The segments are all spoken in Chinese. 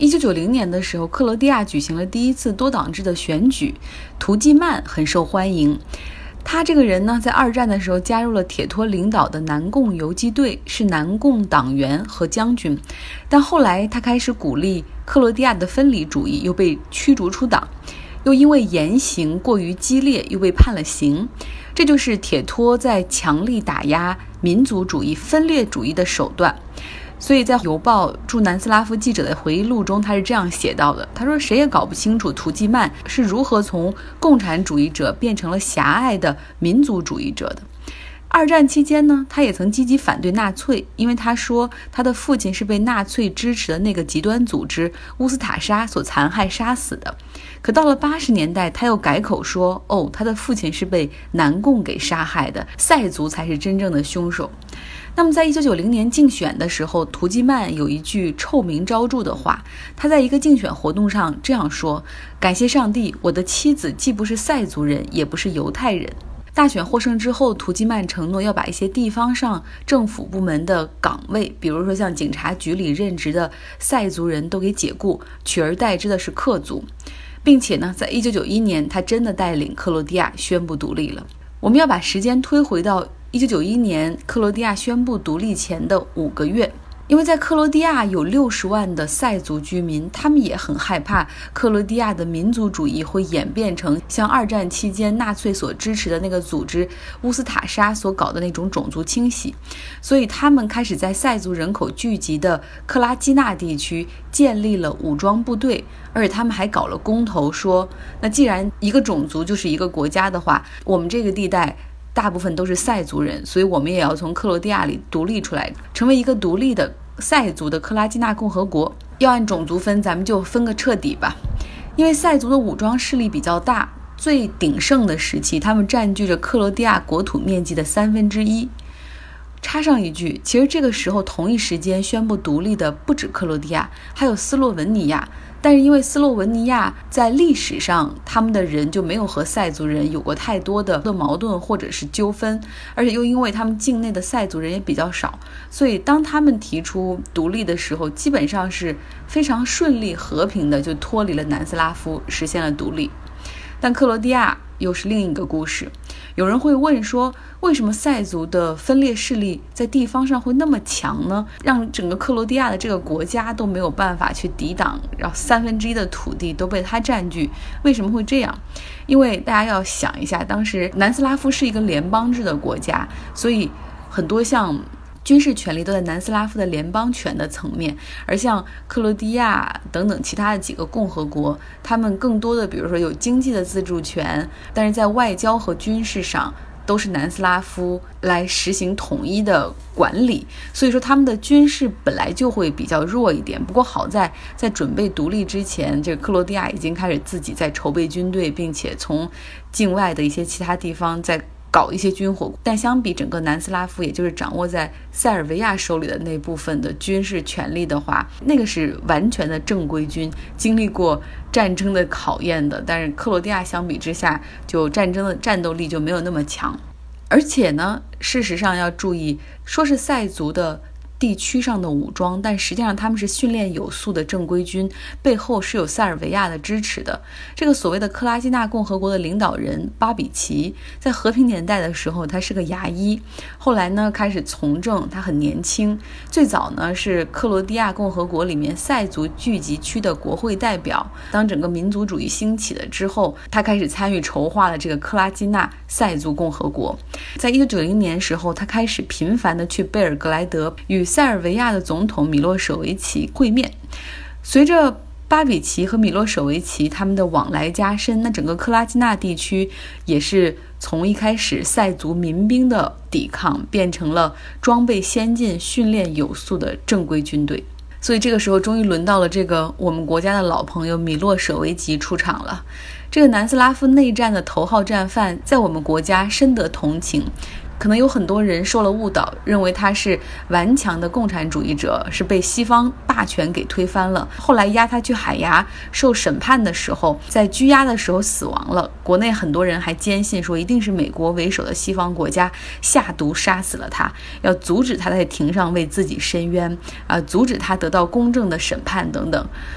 1990年的时候，克罗地亚举行了第一次多党制的选举，图季曼很受欢迎。他这个人呢，在二战的时候加入了铁托领导的南共游击队，是南共党员和将军。但后来他开始鼓励克罗地亚的分离主义，又被驱逐出党，又因为言行过于激烈，又被判了刑。这就是铁托在强力打压民族主义、分裂主义的手段。所以在邮报驻南斯拉夫记者的回忆录中，他是这样写到的，他说谁也搞不清楚图季曼是如何从共产主义者变成了狭隘的民族主义者的。二战期间呢，他也曾积极反对纳粹，因为他说他的父亲是被纳粹支持的那个极端组织乌斯塔沙所残害杀死的。可到了80年代，他又改口说，他的父亲是被南共给杀害的，塞族才是真正的凶手。那么在1990年竞选的时候，图季曼有一句臭名昭著的话，他在一个竞选活动上这样说，感谢上帝，我的妻子既不是塞族人，也不是犹太人。大选获胜之后，图季曼承诺要把一些地方上政府部门的岗位，比如说像警察局里任职的塞族人都给解雇，取而代之的是克族，并且呢，在1991年他真的带领克罗地亚宣布独立了。我们要把时间推回到1991年克罗地亚宣布独立前的5个月，因为在克罗地亚有60万的塞族居民，他们也很害怕克罗地亚的民族主义会演变成像二战期间纳粹所支持的那个组织乌斯塔沙所搞的那种种族清洗，所以他们开始在塞族人口聚集的克拉基纳地区建立了武装部队，而且他们还搞了公投，说那既然一个种族就是一个国家的话，我们这个地带大部分都是塞族人，所以我们也要从克罗地亚里独立出来，成为一个独立的塞族的克拉基纳共和国。要按种族分，咱们就分个彻底吧。因为塞族的武装势力比较大，最鼎盛的时期，他们占据着克罗地亚国土面积的1/3。插上一句，其实这个时候同一时间宣布独立的不止克罗地亚，还有斯洛文尼亚。但是因为斯洛文尼亚在历史上他们的人就没有和塞族人有过太多的矛盾或者是纠纷，而且又因为他们境内的塞族人也比较少，所以当他们提出独立的时候，基本上是非常顺利和平的就脱离了南斯拉夫，实现了独立。但克罗地亚又是另一个故事。有人会问说，为什么塞族的分裂势力在地方上会那么强呢？让整个克罗地亚的这个国家都没有办法去抵挡，然后1/3的土地都被他占据，为什么会这样？因为大家要想一下，当时南斯拉夫是一个联邦制的国家，所以很多像军事权力都在南斯拉夫的联邦权的层面，而像克罗地亚等等其他的几个共和国，他们更多的比如说有经济的自主权，但是在外交和军事上都是南斯拉夫来实行统一的管理，所以说他们的军事本来就会比较弱一点。不过好在准备独立之前，这个克罗地亚已经开始自己在筹备军队，并且从境外的一些其他地方在搞一些军火，但相比整个南斯拉夫，也就是掌握在塞尔维亚手里的那部分的军事权力的话，那个是完全的正规军，经历过战争的考验的。但是克罗地亚相比之下，就战争的战斗力就没有那么强。而且呢，事实上要注意，说是塞族的地区上的武装，但实际上他们是训练有素的正规军，背后是有塞尔维亚的支持的。这个所谓的克拉基纳共和国的领导人巴比奇，在和平年代的时候他是个牙医，后来呢开始从政，他很年轻，最早呢是克罗地亚共和国里面塞族聚集区的国会代表。当整个民族主义兴起了之后，他开始参与筹划了这个克拉基纳塞族共和国。在1990年时候，他开始频繁的去贝尔格莱德与塞尔维亚的总统米洛舍维奇会面。随着巴比奇和米洛舍维奇他们的往来加深，那整个克拉基纳地区也是从一开始塞族民兵的抵抗变成了装备先进、训练有素的正规军队。所以这个时候终于轮到了这个我们国家的老朋友米洛舍维奇出场了。这个南斯拉夫内战的头号战犯在我们国家深得同情，可能有很多人受了误导，认为他是顽强的共产主义者，是被西方霸权给推翻了。后来押他去海牙受审判的时候，在拘押的时候死亡了。国内很多人还坚信说一定是美国为首的西方国家下毒杀死了他，要阻止他在庭上为自己申冤，阻止他得到公正的审判等等。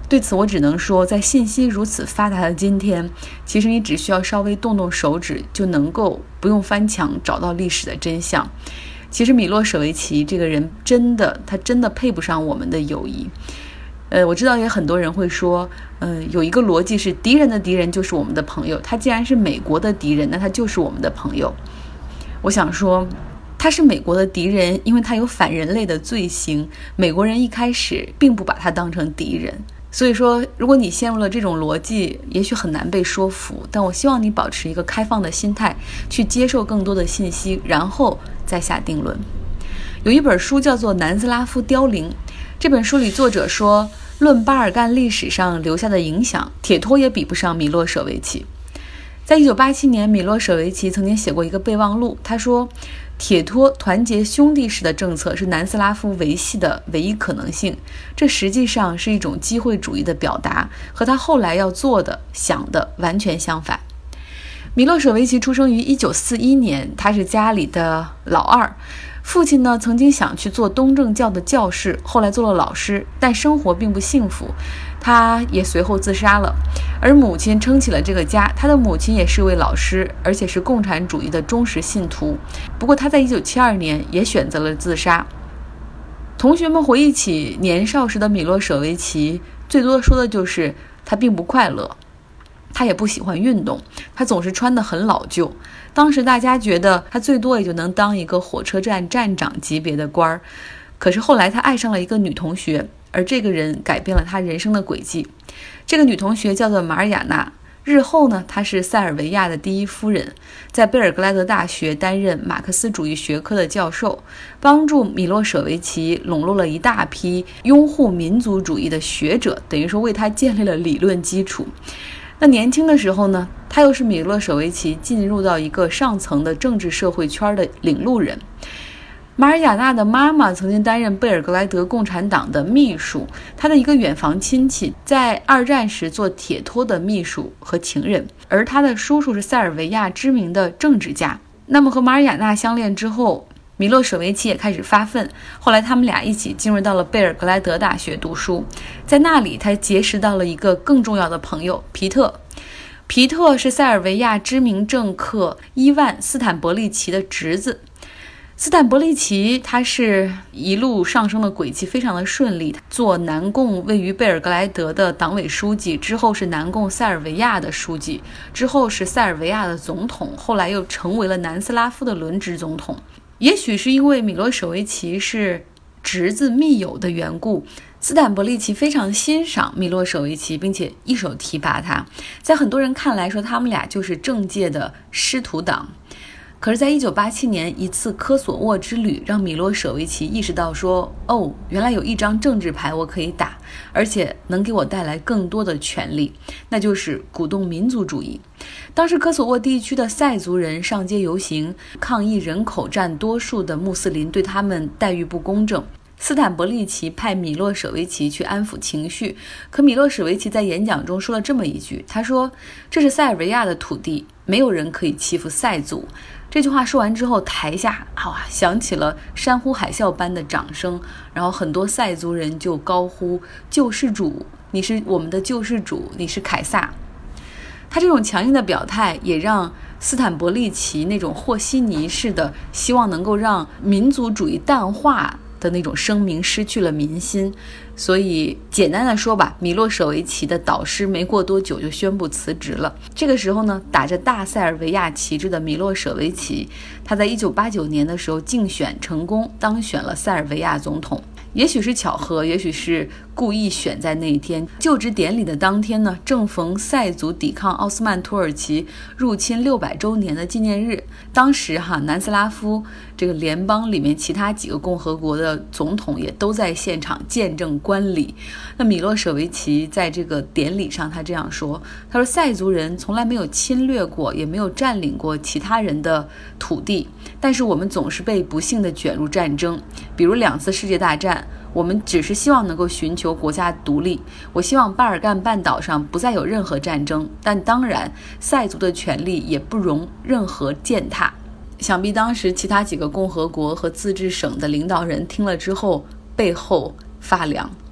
对此我只能说，在信息如此发达的今天，其实你只需要稍微动动手指，就能够不用翻墙找到历史的真相。其实米洛舍维奇这个人他真的配不上我们的友谊。我知道也很多人会说，有一个逻辑是敌人的敌人就是我们的朋友，他既然是美国的敌人，那他就是我们的朋友。我想说，他是美国的敌人，因为他有反人类的罪行，美国人一开始并不把他当成敌人。所以说，如果你陷入了这种逻辑，也许很难被说服，但我希望你保持一个开放的心态，去接受更多的信息，然后再下定论。有一本书叫做《南斯拉夫凋零》，这本书里作者说，论巴尔干历史上留下的影响，铁托也比不上米洛舍维奇。在1987年，米洛舍维奇曾经写过一个备忘录，他说，铁托团结兄弟式的政策是南斯拉夫维系的唯一可能性，这实际上是一种机会主义的表达，和他后来要做的想的完全相反。米洛舍维奇出生于1941年，他是家里的老二，父亲呢曾经想去做东正教的教士，后来做了老师，但生活并不幸福，他也随后自杀了。而母亲撑起了这个家，他的母亲也是位老师，而且是共产主义的忠实信徒。不过他在1972年也选择了自杀。同学们回忆起年少时的米洛舍维奇，最多说的就是他并不快乐，他也不喜欢运动，他总是穿得很老旧。当时大家觉得他最多也就能当一个火车站站长级别的官儿。可是后来他爱上了一个女同学，而这个人改变了他人生的轨迹。这个女同学叫做马尔雅娜，日后呢，她是塞尔维亚的第一夫人，在贝尔格莱德大学担任马克思主义学科的教授，帮助米洛舍维奇笼络了一大批拥护民族主义的学者，等于说为他建立了理论基础。那年轻的时候呢，他又是米洛舍维奇进入到一个上层的政治社会圈的领路人。马尔雅娜的妈妈曾经担任贝尔格莱德共产党的秘书，她的一个远房亲戚在二战时做铁托的秘书和情人，而她的叔叔是塞尔维亚知名的政治家。那么和马尔雅娜相恋之后，米洛舍维奇也开始发奋，后来他们俩一起进入到了贝尔格莱德大学读书，在那里他结识到了一个更重要的朋友皮特。皮特是塞尔维亚知名政客伊万·斯坦伯利奇的侄子。斯坦伯利奇他是一路上升的轨迹非常的顺利，做南共位于贝尔格莱德的党委书记，之后是南共塞尔维亚的书记，之后是塞尔维亚的总统，后来又成为了南斯拉夫的轮值总统。也许是因为米洛舍维奇是侄子密友的缘故，斯坦伯利奇非常欣赏米洛舍维奇，并且一手提拔他。在很多人看来说，他们俩就是政界的师徒党。可是在1987年一次科索沃之旅，让米洛舍维奇意识到说，原来有一张政治牌我可以打，而且能给我带来更多的权利，那就是鼓动民族主义。当时科索沃地区的塞族人上街游行，抗议人口占多数的穆斯林对他们待遇不公正。斯坦伯利奇派米洛舍维奇去安抚情绪，可米洛舍维奇在演讲中说了这么一句，他说，这是塞尔维亚的土地，没有人可以欺负塞族。这句话说完之后，台下响起了山呼海啸般的掌声，然后很多塞族人就高呼，救世主，你是我们的救世主，你是凯撒。他这种强硬的表态也让斯坦伯利奇那种和稀泥式的希望能够让民族主义淡化的那种声明失去了民心。所以简单的说吧，米洛舍维奇的导师没过多久就宣布辞职了。这个时候呢，打着大塞尔维亚旗帜的米洛舍维奇，他在1989年的时候竞选成功，当选了塞尔维亚总统。也许是巧合，也许是故意选在那一天。就职典礼的当天呢，正逢塞族抵抗奥斯曼土耳其入侵600周年的纪念日。当时南斯拉夫这个联邦里面其他几个共和国的总统也都在现场见证观礼。那米洛舍维奇在这个典礼上他这样说，他说，塞族人从来没有侵略过，也没有占领过其他人的土地，但是我们总是被不幸地卷入战争，比如2次世界大战。我们只是希望能够寻求国家独立，我希望巴尔干半岛上不再有任何战争，但当然塞族的权利也不容任何践踏。想必当时其他几个共和国和自治省的领导人听了之后背后发凉。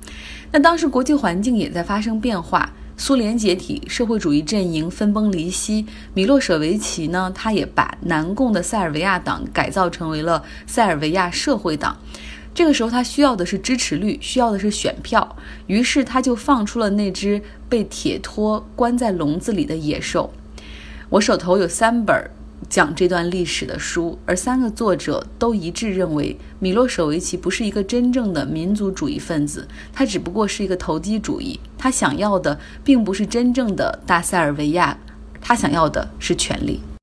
那当时国际环境也在发生变化，苏联解体，社会主义阵营分崩离析，米洛舍维奇呢，他也把南共的塞尔维亚党改造成为了塞尔维亚社会党。这个时候他需要的是支持率，需要的是选票，于是他就放出了那只被铁托关在笼子里的野兽。我手头有3本讲这段历史的书，而3个作者都一致认为米洛舍维奇不是一个真正的民族主义分子，他只不过是一个投机主义，他想要的并不是真正的大塞尔维亚，他想要的是权力。